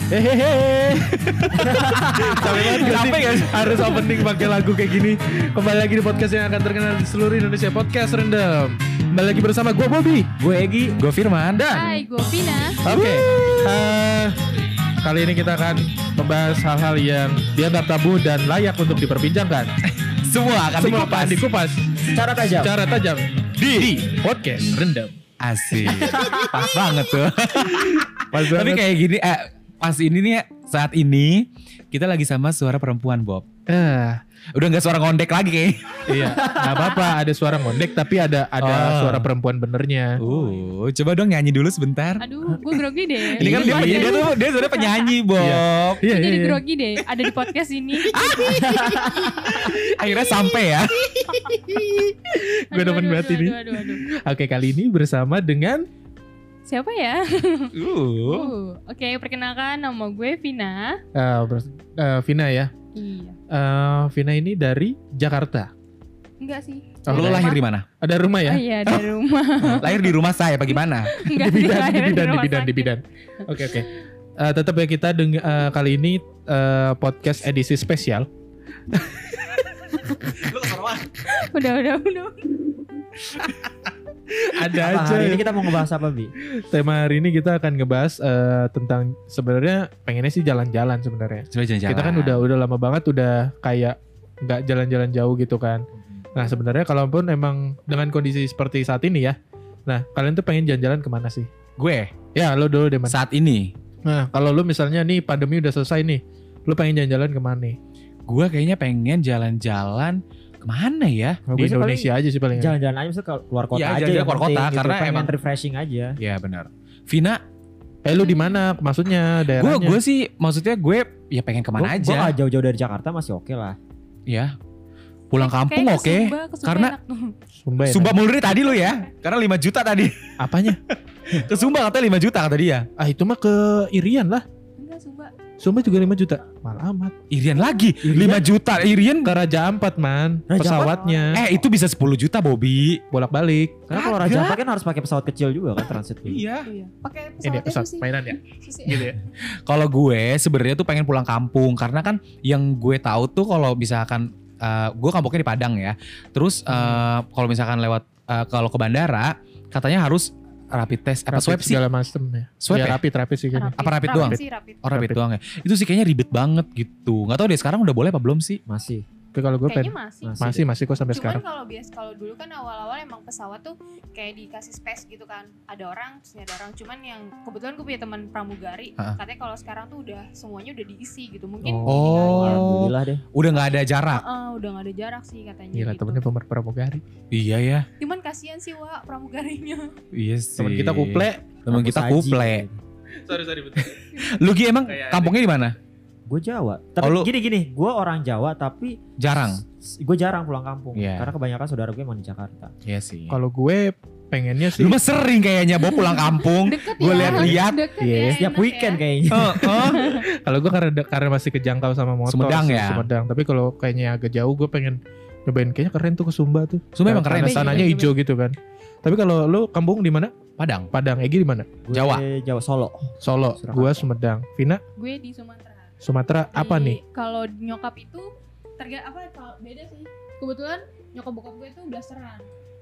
Hehehe. Sampai banget Sampai gak sih? Harus opening pakai lagu kayak gini. Kembali lagi di podcast yang akan terkenal di seluruh Indonesia, Podcast Random. Kembali lagi bersama gue Bobby, Gue Egi, gue Firman, dan Hai, gue Vina. Oke. Kali ini kita akan membahas hal-hal yang dianggap tabu dan layak untuk diperbincangkan. semua akan Semua akan dikupas secara tajam. secara tajam di Podcast Random. Asik. Pas banget tuh. Pas Tapi banget. kayak gini, pas ini nih, saat ini kita lagi sama suara perempuan, Bob. Udah gak suara ngondek lagi kayaknya. Iya, nggak apa-apa. Ada suara ngondek, tapi ada suara perempuan benernya. Coba dong nyanyi dulu sebentar. Aduh, gue grogi deh. Ini kan dia sebenarnya penyanyi, Bob. Iya, Jadi iya. grogi deh. Ada di podcast ini. Akhirnya sampai ya. Gue demen banget ini. Aduh. Oke, kali ini bersama dengan Siapa ya? Oke, perkenalkan nama gue Vina. Vina ya. Iya. Vina ini dari Jakarta. Enggak sih. Lo lahir di mana? Ada rumah ya? Oh iya, dari rumah. Lahir di rumah saya, bagaimana? Enggak sih, lahir rumah di sakit. bidan. Oke. Tetap ya kita kali ini podcast edisi spesial. Udah. Ada Apa aja. hari ini kita mau ngebahas apa, Bi? Tema hari ini kita akan ngebahas tentang sebenarnya pengennya sih jalan-jalan sebenarnya. Coba jalan-jalan. Kita kan udah lama banget udah kayak nggak jalan-jalan jauh gitu kan. Nah sebenarnya kalaupun emang dengan kondisi seperti saat ini ya, nah kalian tuh pengen jalan-jalan kemana sih? Gue Ya lo dulu deh man. saat ini, Nah kalau lu misalnya nih pandemi udah selesai nih, lu pengen jalan-jalan kemana nih? gue kayaknya pengen jalan-jalan kemana ya? Di Gue sih Indonesia aja sih paling. Jalan-jalan aja misalnya keluar kota Iya, aja jalan-jalan yang keluar kota, penting gitu. karena Pengen emang- refreshing aja. Ya benar. Vina, Lu di mana? Maksudnya daerahnya? gue sih maksudnya gue ya pengen kemana Gue aja. gak jauh-jauh dari Jakarta masih oke lah. Ya. Pulang kampung Kayaknya oke. ke Sumba Karena enak tuh. Sumba ya. Sumba mulu nih tadi lu ya. Karena 5 juta tadi. Apanya? Ke Sumba katanya 5 juta kata dia. Ah itu mah ke Irian lah. Enggak, Sumba. Sumba juga 5 juta. Malah amat. Irian lagi. Irian? 5 juta. Irian. Ke Raja Ampat man. Raja Pesawatnya. Itu bisa 10 juta Bobby. Bolak-balik. Karena kalau Raja Ampat kan harus pakai pesawat kecil juga kan transit. Iya. Iya. Pakai Ini pesawatnya pesawat Susi. mainan ya. Susi. Gitu ya. Kalau gue sebenarnya tuh pengen pulang kampung karena kan yang gue tahu tuh kalau misalkan gue kampungnya di Padang ya. Terus kalau misalkan lewat kalau ke bandara katanya harus rapid test apa swab sih? segala macem ya. Swab ya? Rapid sih kayaknya. Apa rapid doang? Sih, rapid. Oh rapid Rapid. doang ya. Itu sih kayaknya ribet banget gitu. Nggak tahu deh sekarang udah boleh apa belum sih? Masih. Tapi kalau gue Kayaknya masih masih. kok sampai Cuman sekarang. kalau dulu kan awal-awal emang pesawat tuh kayak dikasih space gitu kan. Ada orang, terus ada orang. Cuman yang kebetulan gue punya teman pramugari, Ha-ha. katanya kalau sekarang tuh udah semuanya udah diisi gitu. Mungkin Oh. tinggal Alhamdulillah deh. Udah nggak ada jarak. udah gak ada jarak sih katanya. Gila gitu. temennya pramugari. Iya ya. Cuman kasihan sih Wak pramugarinya. Iya sih. Temen kita kuple. Temen kita Kampus kuple. Haji. Sorry betul. Lu Gi, emang Kayak kampungnya di mana? Gue Jawa. Tapi Oh, lu- gini, gue orang Jawa tapi Jarang. gue jarang pulang kampung. Iya. Karena kebanyakan saudara gue emang di Jakarta. Iya sih. Kalau gue pengennya sih Lu mah sering kayaknya bawa pulang kampung. Deket Gue ya. lihat-lihat. Deket Iya. ya, Setiap enak weekend ya. kayaknya. kalau gue karena masih kejangkau sama motor Sumedang sih, ya? Sumedang. Tapi kalau kayaknya agak jauh gue pengen nyobain, kayaknya keren tuh ke Sumba tuh. Sumba emang keren sih. Tanahnya Iya, hijau gitu kan. Tapi kalau lu kampung di mana? Padang. Padang. Egi di mana? Gue Jawa. Jawa Solo. Solo. Surakarta. Gua Sumedang. Vina Gue di Sumatera. Sumatera apa nih? Kalau nyokap itu kalau beda sih. Kebetulan nyokap bokap gue itu blasteran.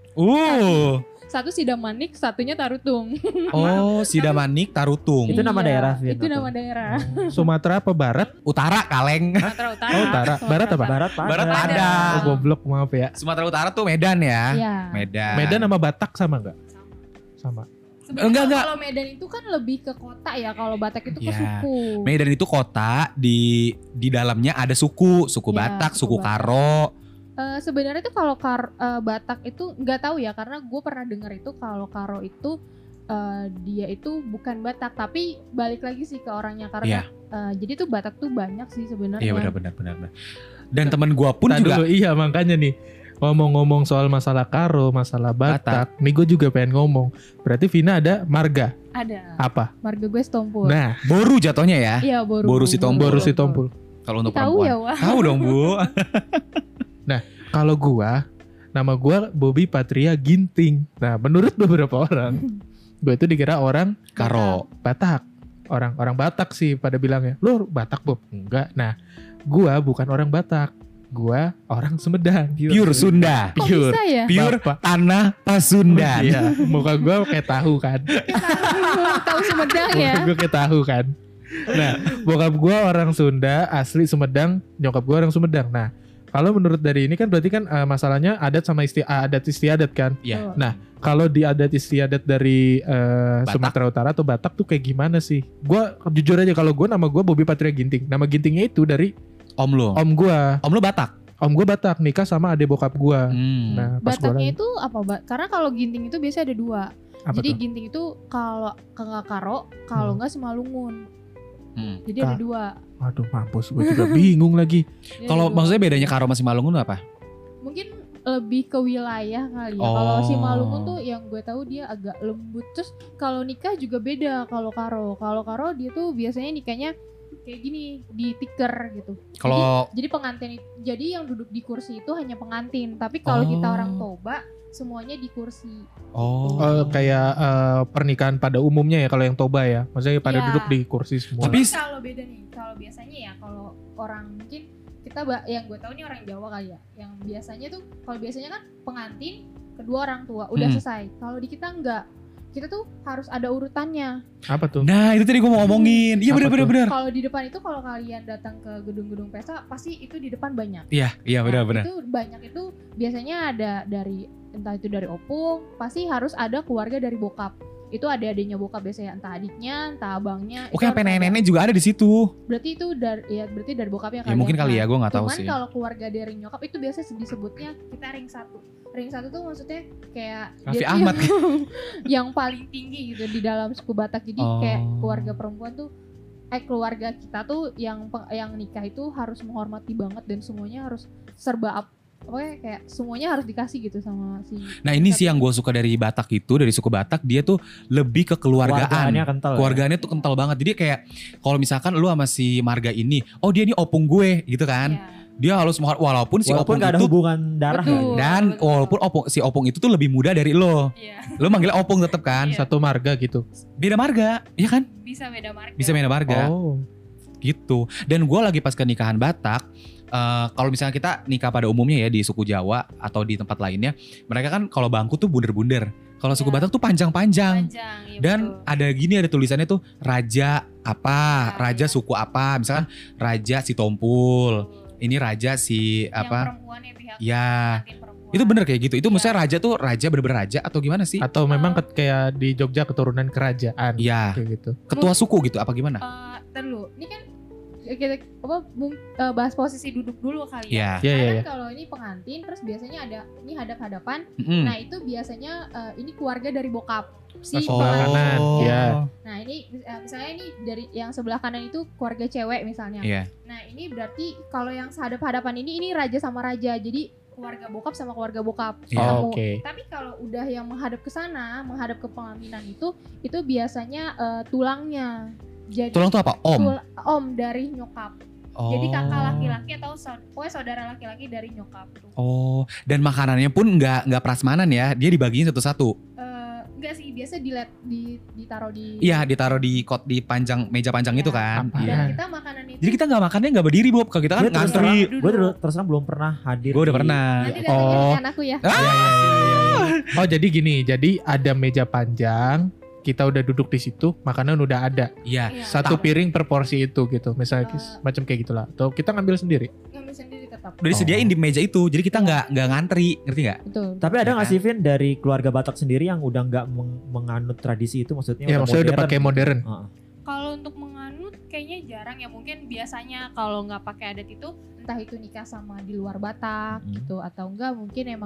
Satu Sidamanik, satunya Tarutung. Oh, Sidamanik Tarutung. Itu nama Iya, daerah, Vin, Itu atau? nama daerah. Sumatera apa barat? Utara Kaleng. Sumatera Utara. Oh, utara. Barat apa? Barat Padang. Barat Oh, Padang. goblok maaf ya. Sumatera Utara tuh Medan ya. Iya. Medan. Medan sama Batak sama enggak? Sama. Sebenarnya Enggak. kalau Medan itu kan lebih ke kota ya, kalau Batak itu ke Iya. suku. Medan itu kota di dalamnya ada suku Iya, Batak, suku suku Batak. Karo. Sebenarnya tuh kalau Batak itu nggak tahu ya, karena gue pernah dengar itu kalau Karo itu dia itu bukan Batak, tapi balik lagi sih ke orangnya karena Iya. jadi tuh Batak tuh banyak sih sebenarnya. Iya benar. Dan temen gua pun Tadi juga dulu, iya makanya nih. Ngomong-ngomong soal masalah Karo, masalah Batak, nih gue juga pengen ngomong. Berarti Vina ada marga Ada. apa? Marga gue Setompul. Nah, Boru jatuhnya ya. Iya, Boru. Boru Sitompul. Boru Sitompul. Kalau untuk Tahu perempuan. ya, Wah. Tahu dong, Bu. Kalau gua, nama gua Bobby Patria Ginting. Nah, menurut beberapa orang, gue itu dikira orang Karo. Batak. orang Batak sih pada bilangnya. Lu Batak Bob? Enggak. Nah, gua bukan orang Batak. Gua orang Sumedang. Pure Sunda. Kok Pure. bisa ya? Pure Bapak. tanah Pasundan. Iya, muka gua kayak tahu kan. Tahu Sumedang ya? Gue kayak tahu kan. Nah, bokap gue orang Sunda, asli Sumedang, nyokap gue orang Sumedang. Nah, kalau menurut dari ini kan berarti kan masalahnya adat sama adat istiadat kan. Iya. Nah, kalau di adat istiadat dari Batak. Sumatera Utara atau Batak tuh kayak gimana sih? Gue jujur aja kalau gue nama gue Bobby Patria Ginting. Nama Gintingnya itu dari Om lu. om gue. Om lu Batak. Om gue Batak nikah sama adik bokap gue. Nah, pas gue Bataknya itu apa, Karena kalau ginting itu biasanya ada 2. apa Jadi tuh? ginting itu kalau nggak karo, kalau nggak Simalungun. Jadi ada 2. Aduh, mampus gue juga bingung lagi. Jadi Kalau ada 2. maksudnya bedanya Karo sama Simalungun apa? Mungkin lebih ke wilayah kali ya. Oh. Kalau Simalungun tuh yang gue tahu dia agak lembut. Terus kalau nikah juga beda kalau karo. Kalau karo dia tuh biasanya nikahnya kayak gini, di tikar gitu. Kalau Jadi pengantin jadi yang duduk di kursi itu hanya pengantin. Tapi kalau kita Oh. orang toba semuanya di kursi. Kayak pernikahan pada umumnya ya kalau yang toba ya. Maksudnya pada Iya. duduk di kursi semua. Tapi- Tapi kalau beda nih, kalau biasanya ya kalau orang mungkin yang gue tahu nih orang Jawa kali ya. Yang biasanya tuh kalau biasanya kan pengantin, kedua orang tua udah selesai. Kalau di kita enggak. Kita tuh harus ada urutannya. Apa tuh? Nah, itu tadi gue mau ngomongin. Iya Apa benar. Kalau di depan itu kalau kalian datang ke gedung-gedung pesta pasti itu di depan banyak. Iya Nah, benar. Itu banyak itu biasanya ada dari entah itu dari opung, pasti harus ada keluarga dari bokap. Itu ada adiknya bokap biasanya, entah adiknya, entah abangnya. Oke, itu sampai harus ada. nenek-nenek juga ada di situ. Berarti itu berarti dari bokapnya Ya mungkin kali ya, gue nggak tahu Cuman sih. kalau keluarga dari nyokap itu biasa disebutnya kita ring 1. Ring 1 tuh maksudnya kayak Raffi dia tuh Ahmad. yang paling tinggi gitu di dalam suku Batak. Jadi kayak keluarga perempuan tuh keluarga kita tuh yang nikah itu harus menghormati banget dan semuanya harus serba pokoknya kayak semuanya harus dikasih gitu sama si. Nah ini sih yang gue suka dari Batak itu, dari suku Batak, dia tuh lebih ke keluargaan. Keluargaannya kental. Keluarganya tuh kental banget. Jadi kayak kalau misalkan lu sama si marga ini, oh dia ini opung gue gitu kan. Iya. Dia harus walaupun si Walaupun opung gak ada itu hubungan darah Betul. ya. dan Betul. walaupun si opung itu tuh lebih muda dari lo. Iya, Lo manggilnya opung tetep kan. Iya. Satu marga gitu. Beda marga, iya kan? bisa beda marga. Bisa beda marga. Oh. Gitu. Dan gue lagi pas ke nikahan Batak, kalau misalnya kita nikah pada umumnya ya di suku Jawa atau di tempat lainnya, mereka kan kalau bangku tuh bunder-bunder. Kalau suku Iya. Batak tuh panjang-panjang. Panjang, iya Dan betul. ada gini, ada tulisannya tuh raja apa, Nah, raja iya. suku apa. Misalkan raja si Tompul, ini raja si Yang apa. perempuan ya pihak Ya, pengantin perempuan. itu bener kayak gitu. Itu Iya. maksudnya raja tuh raja bener-bener raja atau gimana sih? Atau memang kayak di Jogja keturunan kerajaan. Iya, Kayak gitu. ketua suku gitu apa gimana? Ntar dulu, ini kan kita bahas posisi duduk dulu kali Iya. ya. Iya, iya, Karena iya. kalau ini pengantin, terus biasanya ada ini hadap-hadapan. Mm-mm. Nah itu biasanya ini keluarga dari bokap si sebelah pengantin. kanan, ya. Nah ini misalnya ini dari yang sebelah kanan itu keluarga cewek misalnya. Iya. Nah ini berarti kalau yang hadap-hadapan ini raja sama raja. Jadi keluarga bokap sama keluarga bokap. Iya. ketemu. Oh, oke. Tapi kalau udah yang menghadap ke sana, menghadap ke pelaminan itu biasanya tulangnya. Jadi Tulang tuh apa? Om. om dari nyokap. Oh. Jadi kakak laki-laki atau pokoknya saudara laki-laki dari nyokap tuh. Oh, dan makanannya pun nggak prasmanan ya, dia dibagiin satu-satu. Enggak sih, biasa ditaruh di. Iya, ditaruh di panjang meja panjang Iya. itu kan. Apa? Iya. Dan kita makanan itu. Jadi kita nggak makannya nggak berdiri Bob, kalau kita kan Gue terus ngantri. terang, gue Duduk. terus terang belum pernah hadir. Gue udah di- pernah. Nanti datangnya Oh. dengan aku ya. Ah! Iya, iya, iya, iya. Oh jadi gini, jadi ada meja panjang, kita udah duduk di situ, makanan udah ada. Iya. Iya. Satu piring per porsi itu gitu, misalnya macam kayak gitulah. Atau kita ngambil sendiri. Ngambil sendiri tetap. Udah disediain di meja itu, jadi kita nggak ngantri, ngerti nggak? Betul. Tapi ada Ya nggak kan? sih Vin dari keluarga Batak sendiri yang udah nggak menganut tradisi itu, maksudnya Ya maksudnya udah pakai modern. Heeh. Kalau untuk menganut kayaknya jarang ya. Mungkin biasanya kalau nggak pakai adat itu Entah itu nikah sama di luar Batak Hmm. gitu atau enggak mungkin emang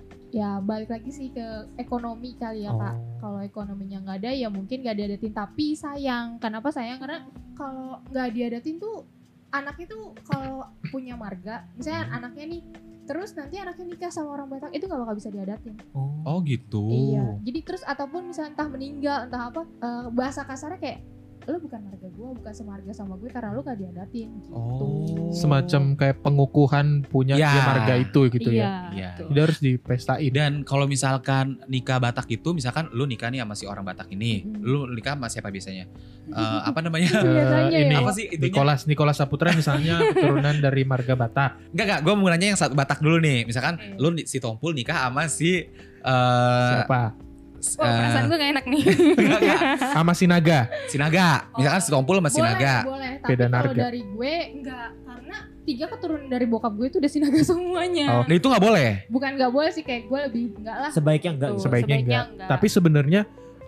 ya balik lagi sih ke ekonomi kali ya Kak. Oh. Kalau ekonominya nggak ada ya mungkin nggak diadatin, tapi sayang. Kenapa sayang? Karena kalau nggak diadatin tuh anak itu kalau punya marga, misalnya anaknya nih, terus nanti anaknya nikah sama orang Batak itu nggak bakal bisa diadatin. Oh gitu. Iya. Jadi terus ataupun misalnya entah meninggal entah apa bahasa kasarnya kayak lo bukan marga gue, bukan semarga sama gue karena lo gak diadatin gitu. Oh. Semacam kayak pengukuhan punya Ya. dia marga itu gitu ya. Iya. betul. Jadi harus dipestain. Dan kalau misalkan nikah Batak itu, misalkan lu nikah nih sama si orang Batak ini, lu nikah sama siapa biasanya? Apa namanya? Biasanya ini ya. Apa sih itunya? Nikolas Saputra misalnya keturunan dari marga Batak. Enggak, gue mau nanya yang satu Batak dulu nih. Misalkan Oke. lu si Tompul nikah sama si Siapa? Wah, perasaan gue gak enak nih. enggak, Sama Sinaga. Sinaga. Misalkan si Tompul sama Sinaga. Boleh. Tapi Beda kalau narga. dari gue enggak, karena 3 keturunan dari bokap gue itu udah Sinaga semuanya. Oh. Nah itu nggak boleh. Bukan nggak boleh sih, kayak gue lebih enggak lah. Sebaiknya enggak. Tuh. gitu. Sebaiknya Sebaiknya enggak. enggak. Tapi sebenarnya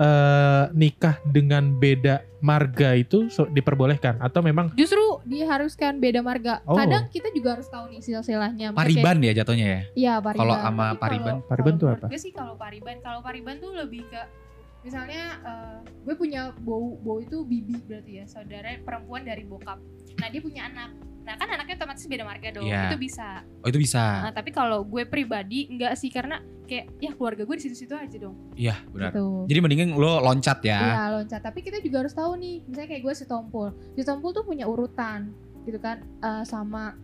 nikah dengan beda marga itu diperbolehkan atau memang Justru diharuskan beda marga. Oh. Kadang kita juga harus tahu nih silsilahnya. Maksudnya Pariban ya jatuhnya ya. Iya, Pariban. Kalau sama Tapi Pariban? Pariban tuh menurut apa? Gue sih kalau Pariban tuh lebih ke misalnya gue punya bau itu bibi berarti ya, saudara perempuan dari bokap. Nah, dia punya anak. Nah, kan anaknya otomatis beda marga dong. Iya. Itu bisa. Oh itu bisa. Nah, tapi kalau gue pribadi enggak sih, karena kayak ya keluarga gue di situ-situ aja dong. Iya benar. Gitu. Jadi mendingan lo loncat ya. Iya, loncat. Tapi kita juga harus tahu nih, misalnya kayak gue si Tompul. Si Tompul tuh punya urutan gitu kan, sama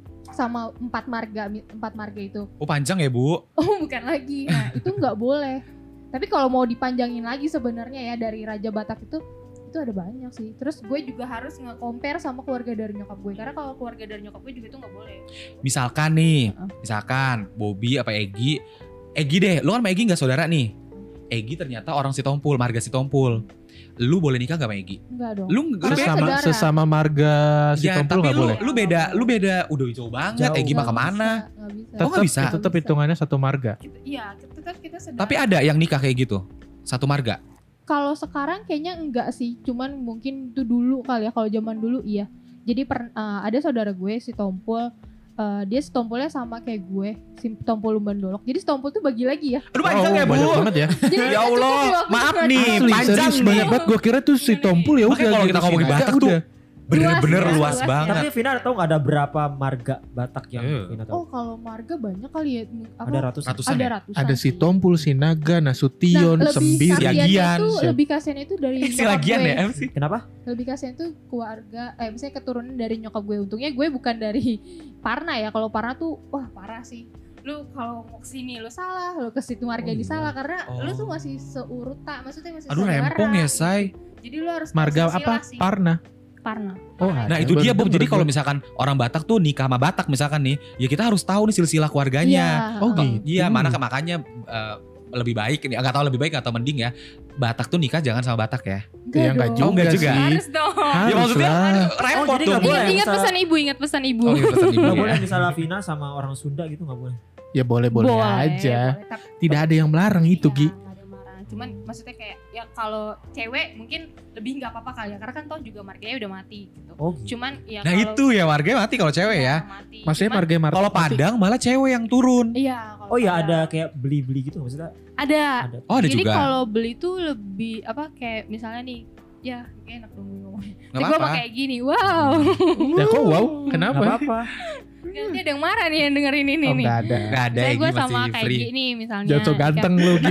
4 marga itu. Oh panjang ya Bu. Oh, bukan lagi. Nah, itu nggak boleh. Tapi kalau mau dipanjangin lagi sebenarnya ya dari Raja Batak itu ada banyak sih. Terus gue juga harus nge-compare sama keluarga dari nyokap gue. Karena kalau keluarga dari nyokap gue juga itu nggak boleh. Misalkan nih, misalkan Bobby apa Egi deh, lu kan sama Egi gak saudara nih. Egi ternyata orang Sitompul, marga Sitompul. Lu boleh nikah gak sama Egi? Enggak dong. Lu Karena saudara. sesama marga si ya, Tompul tapi nggak boleh. lu beda, udah jauh banget. Jauh. Egi mah Nggak kemana? bisa, nggak bisa. Oh, nggak bisa? Tetap hitungannya satu marga. Iya, tetap kita saudara. Tapi ada yang nikah kayak gitu, satu marga. Kalau sekarang kayaknya enggak sih, cuman mungkin itu dulu kali ya. Kalau zaman dulu iya. Jadi ada saudara gue si Tompul, dia si Tompulnya sama kayak gue, si Tompul Lumban Dolok. Jadi si Tompul tuh bagi lagi ya. Aduh panjang ya Bu. Banyak banget ya. Jadi Ya kita cukup Allah, loh, maaf cukup. nih, Asli, panjang serius, nih. banyak banget. Gue kira tuh si Tompul ya udah. Makanya kalau kita ngomongin Sinaga Batak tuh udah. bener-bener Luas, luas luas ya. banget. Tapi Vina tahu nggak ada berapa marga Batak yang Vina tahu? Oh, kalau marga banyak kali ya. Ada ratusan. Ratusan Ada ya? ratusan. Ada si sih. Tompul, Sinaga, Nasution, Nah, lebih Sembir, kasiannya Yagian. itu, lebih kasiannya itu dari Si nyokap lagian gue. ya MC. Kenapa? Lebih kasihan tuh keluarga, misalnya keturunan dari nyokap gue. Untungnya gue bukan dari Parna ya. Kalau Parna tuh wah parah sih. Lu kalau mau kesini lu salah, lu ke situ marga Oh, ini iya. salah karena lu tuh Oh. masih seurutan, maksudnya masih Aduh saudara. rempong ya say. Jadi lu harus tahu marga silsilah apa? sih. Parna. Parna. Oh, Parna. Nah ada. itu dia Baru Bob. Jadi denger kalau gue. misalkan orang Batak tuh nikah sama Batak misalkan nih, ya kita harus tahu nih silsilah keluarganya. Oh, gitu. Iya, makanya lebih baik ini, nggak tahu lebih baik atau mending ya. Batak tuh nikah jangan sama Batak ya. Ya enggak dong. juga, enggak juga. sih. Harus dong. Harus Ya maksudnya lah. repot jadi tuh. nggak boleh. Ingat Misal- pesan ibu, ingat pesan ibu. Oh, iya, pesan ibu Nggak ya. boleh misalnya Vina sama orang Sunda gitu nggak boleh. Ya boleh-boleh aja. boleh. Tapi- Tidak ada yang melarang itu, Iya, Gi. nggak ada yang melarang. Cuman maksudnya kayak ya kalau cewek mungkin lebih nggak apa-apa kali ya, karena kan toh juga marganya udah mati gitu. Oh gitu. Cuman ya Nah kalau itu ya marganya mati kalau cewek ya. mati. Maksudnya Cuman- marga Kalau Padang malah cewek yang turun. Iya. kalau Oh iya Padang. ada kayak beli-beli gitu maksudnya Ada. ada. Oh ada Jadi juga. kalau beli tuh lebih apa kayak misalnya nih, ya enak dong gue ngomongnya. Nggak Jadi gue mau apa-apa. kayak gini, wow. Ya kok wow? Nggak Kenapa? apa-apa. Nanti ada yang marah nih yang dengerin ini Oh, nih. enggak ada. Nggak ada Saya Egi gue masih sama kayak free. gini misalnya. Jangan so ganteng lu, Gi.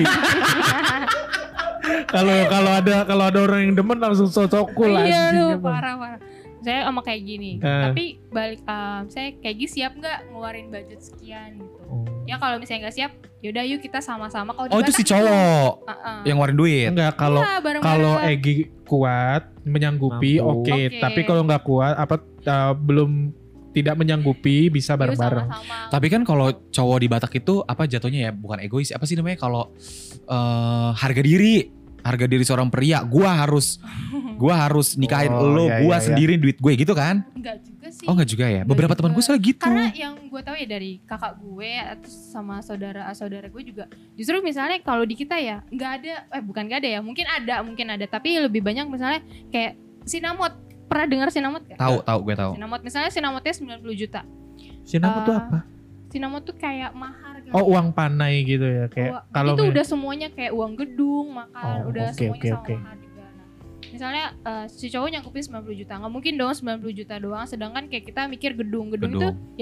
Kalau ada orang yang demen langsung so cool Iya anjing, lu emang. parah. Saya sama kayak gini. Tapi balik saya kayak gini siap nggak ngeluarin budget sekian gitu. Oh. Ya kalau misalnya nggak siap, yaudah yuk kita sama-sama. Kalau di Oh itu Batak si cowok Heeh. yang ngeluarin duit. Enggak, kalau Iya, bareng-bareng. kalau Egi kuat menyanggupi Mampu. oke, Oke. tapi kalau nggak kuat belum tidak menyanggupi bisa Yuk bareng-bareng. sama-sama. Tapi kan kalau cowok di Batak itu apa jatuhnya ya, bukan egois, apa sih namanya kalau harga diri seorang pria. Gua harus nikahin Oh, lo, iya, gua iya, sendiriin duit gue gitu kan? Enggak juga sih. Oh enggak juga ya. Enggak Beberapa juga. teman gue salah gitu. Karena yang gue tahu ya dari kakak gue atau sama saudara gue juga, justru misalnya kalau di kita ya nggak ada, bukan nggak ada ya, mungkin ada, tapi lebih banyak misalnya kayak sinamot. Pernah dengar sinamot gak? Tahu gue tahu. Sinamot misalnya sinamotnya 90 juta. Sinamot tuh Eh, apa? Sinamot tuh kayak mahar kan. Oh, uang panai gitu ya, kayak kalau itu me- udah semuanya kayak uang gedung, makan, Oh, udah oke, semuanya oke, sama oke. mahar juga. Nah, misalnya si cowok nyangkupin 90 juta, nggak mungkin dong 90 juta doang, sedangkan kayak kita mikir gedung itu Gedung. ya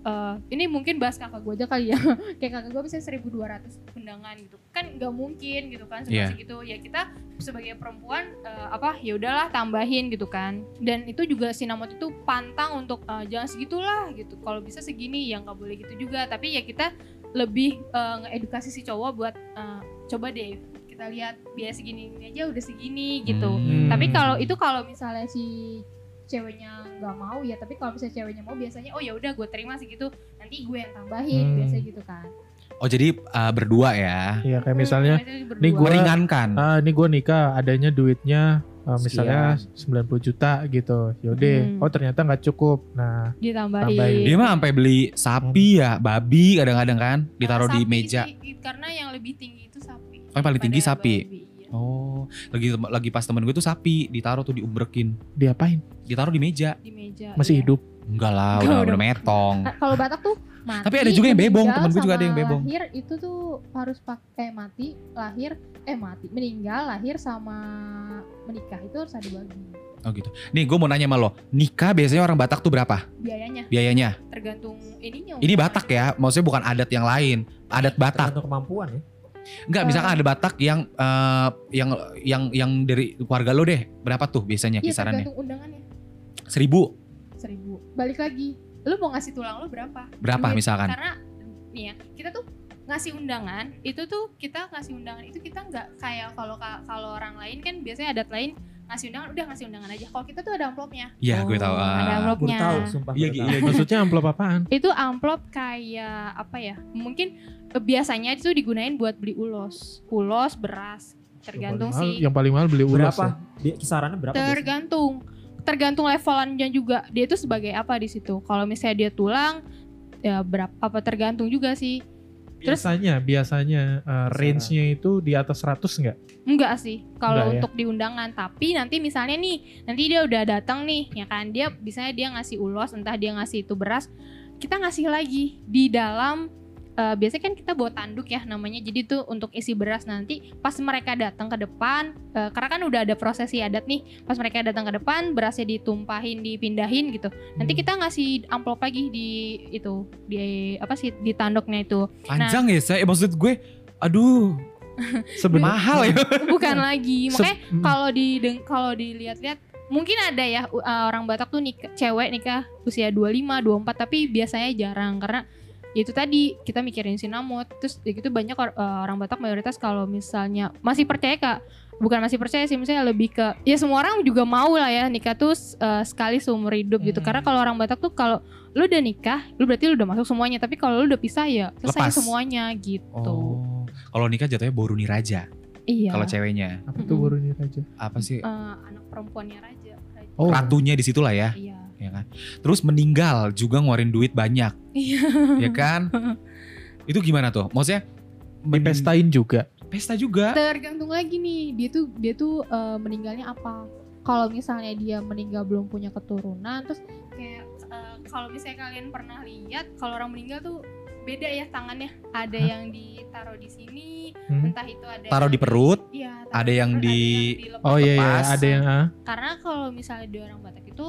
ini mungkin bahas kakak gue aja kali ya. Kayak kakak gue misalnya 1.200 undangan gitu kan, nggak mungkin gitu kan segitu. Ya kita sebagai perempuan ya udahlah tambahin gitu kan. Dan itu juga Sinamot itu pantang untuk jangan segitulah gitu, kalau bisa segini, yang nggak boleh gitu juga. Tapi ya kita lebih ngeedukasi si cowok buat coba deh kita lihat biaya segini aja udah segini gitu. Tapi kalau misalnya si ceweknya nggak mau ya, tapi kalau misalnya ceweknya mau biasanya oh ya udah gue terima segitu, nanti gue yang tambahin biasanya gitu kan. Oh jadi berdua ya? Iya kayak misalnya nih gue meringankan. Ini gue nikah adanya duitnya misalnya 90 juta gitu. Yaudah, oh ternyata nggak cukup. Nah, ditambahin. Dia mah sampai beli sapi ya, babi kadang-kadang kan, ditaruh di meja. Sih, karena yang lebih tinggi itu sapi. Oh, yang paling tinggi sapi. Babi, iya. Oh, lagi pas temen gue tuh sapi ditaruh tuh diubrekin. Diapain? Ditaruh di meja. Di meja. Masih iya. hidup? Enggak lah, Enggak, udah metong. Kalau Batak tuh mati. Tapi ada juga yang bebong, meninggal, temen gue juga ada yang sama bebong. Lahir itu tuh harus pakai meninggal, lahir sama menikah itu harus ada bagi. Oh gitu. Nih gue mau nanya sama lo, nikah biasanya orang Batak tuh berapa? Biayanya tergantung ininya. Ini Batak ya, maksudnya bukan adat yang lain, adat Batak. Tergantung kemampuan ya. Enggak, misalkan ada Batak yang dari keluarga lo deh, berapa tuh biasanya Iya, kisarannya? tergantung undangannya. 1.000. Balik lagi, lu mau ngasih tulang lu berapa? Berapa Duit. misalkan? Karena nih ya, kita tuh ngasih undangan itu kita nggak kayak kalau orang lain kan biasanya adat lain ngasih undangan aja. Kalau kita tuh ada amplopnya. Iya, gue tahu. Ada amplopnya. Baru tahu, sumpah. Iya, baru iya, tahu. Maksudnya amplop apaan? Itu amplop kayak apa ya? Mungkin biasanya itu digunain buat beli ulos, beras. Tergantung sih. Yang paling mahal beli ulos. Berapa? Kisarannya berapa? Tergantung levelannya juga. Dia itu sebagai apa di situ. Kalau misalnya dia tulang ya berapa, apa tergantung juga sih. Biasanya range-nya itu di atas 100 enggak? Enggak sih kalau Enggak, untuk di undangan. Tapi nanti misalnya nanti dia udah datang nih ya kan, dia misalnya dia ngasih ulos, entah dia ngasih itu beras, kita ngasih lagi di dalam biasanya kan kita bawa tanduk ya namanya, jadi itu untuk isi beras. Nanti pas mereka datang ke depan, karena kan udah ada prosesi adat nih, pas mereka datang ke depan berasnya ditumpahin, dipindahin gitu. Nanti kita ngasih amplop lagi di tanduknya itu. Panjang ya saya, maksud gue, aduh, Sebenarnya mahal ya. Bukan lagi, makanya kalau dilihat-lihat mungkin ada ya orang Batak tuh cewek nikah usia 25, 24, tapi biasanya jarang karena ya itu tadi kita mikirin Sinamot. Terus ya gitu banyak orang Batak mayoritas kalau misalnya masih percaya bukan masih percaya sih, misalnya lebih ke ya semua orang juga mau lah ya nikah tuh sekali seumur hidup gitu. Karena kalau orang Batak tuh kalau lu udah nikah, lu berarti lu udah masuk semuanya. Tapi kalau lu udah pisah ya selesai Lepas. semuanya gitu. Oh, kalau nikah jatuhnya Boruni Raja. Iya. Kalau ceweknya apa tuh Boruni Raja? apa sih? Anak perempuannya raja. Oh. Ratunya di situ lah ya. Iya. Ya kan. Terus meninggal juga ngeluarin duit banyak. Iya. Ya kan? Itu gimana tuh? Maksudnya Dipestain juga. pesta juga. Tergantung lagi nih, dia tuh meninggalnya apa. Kalau misalnya dia meninggal belum punya keturunan, terus kayak kalau misalnya kalian pernah lihat kalau orang meninggal tuh beda ya tangannya. Ada yang ditaruh di sini, entah itu ada Taruh yang di perut, iya, ada yang di dilepas. Oh iya, Lepas. ada yang Karena kalau misalnya dia orang Batak itu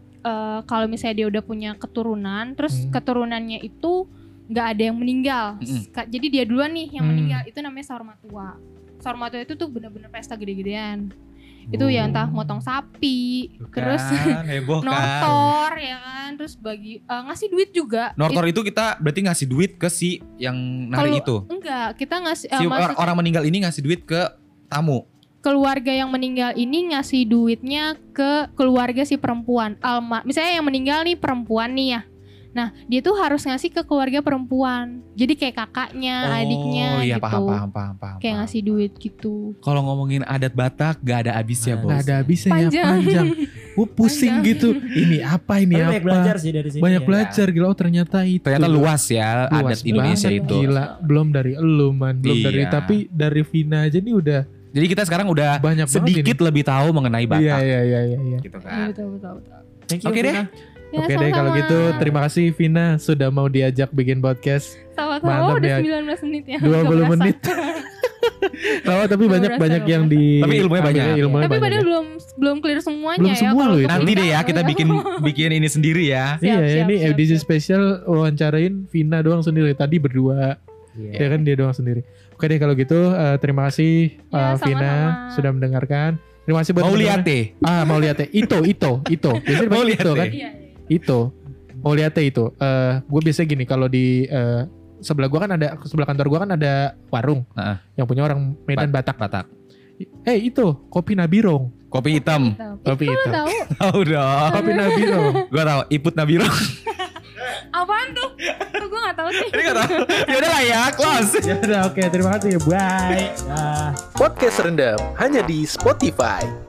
kalau misalnya dia udah punya keturunan, terus keturunannya itu nggak ada yang meninggal. Jadi dia duluan nih yang meninggal, itu namanya sahur matua. Sahur matua itu tuh bener-bener pesta gede-gedean. Itu ya entah motong sapi, terus heboh kan. notor ya kan, terus ngasih duit juga. Nortor itu kita berarti ngasih duit ke si yang nari itu. Enggak, kita ngasih Si orang meninggal ini ngasih duit ke tamu. Keluarga yang meninggal ini ngasih duitnya ke keluarga si perempuan. Misalnya yang meninggal nih perempuan nih ya. Nah, dia tuh harus ngasih ke keluarga perempuan. Jadi kayak kakaknya, adiknya Oh iya, gitu. paham. Kayak ngasih duit gitu. Kalau ngomongin adat Batak gak ada habisnya, Bos. nggak ada habisnya ya, Panjang. panjang. Pusing Panjang. gitu. Ini apa ini Tapi apa? banyak belajar sih dari sini. Banyak ya. belajar gila. Oh ternyata itu. Ternyata luas ya Luas adat Indonesia banget, itu. Gila, belum dari elu man, belum dari Iya. tapi dari Vina aja nih udah Jadi kita sekarang udah banyak sedikit lebih tahu mengenai banget ini. Batak. Iya. Gitu Iya, kan. betul. Thank you, Oke deh. Vina. Ya, Oke deh kalau sama-sama. gitu terima kasih Vina sudah mau diajak bikin podcast Sama-sama Mantap udah ya. 19 menit ya. 20 Nggak berasa. menit. Rawa tapi banyak Merasa yang romantis. di Tapi ilmunya ambil, banyak. ilmunya Tapi banyak padahal ya. belum clear semuanya Belum ya. semua kalau loh itu. kita Nanti deh ya tahu kita bikin ini sendiri ya. Siap, Iya siap, ini siap, edisi siap. spesial wawancarain Vina doang sendiri. Tadi berdua. Iya. Ya kan dia doang sendiri. Oke deh kalau gitu terima kasih Ya, Vina sama-sama. sudah mendengarkan. Terima kasih buat Mau teman-teman. lihat deh. Mau lihat ya. Ito. Biasanya Mau pakai lihat Ito ya. kan. Iya. Itu. Mau lihat ya itu. Gue biasa gini kalau di sebelah gua kan ada sebelah kantor gua kan ada warung Heeh. yang punya orang Medan Batak. Batak. Itu kopi Nabirong. Kopi hitam. Kopi Lu hitam. tahu Tahu dong. Kopi Nabirong. Gua tahu Iput Nabiro. apaan tuh? Tuh gue gak tahu sih. Ini enggak tahu. Ya udah lah ya, close. Ya udah oke terima kasih. Bye. Podcast Rendam hanya di Spotify.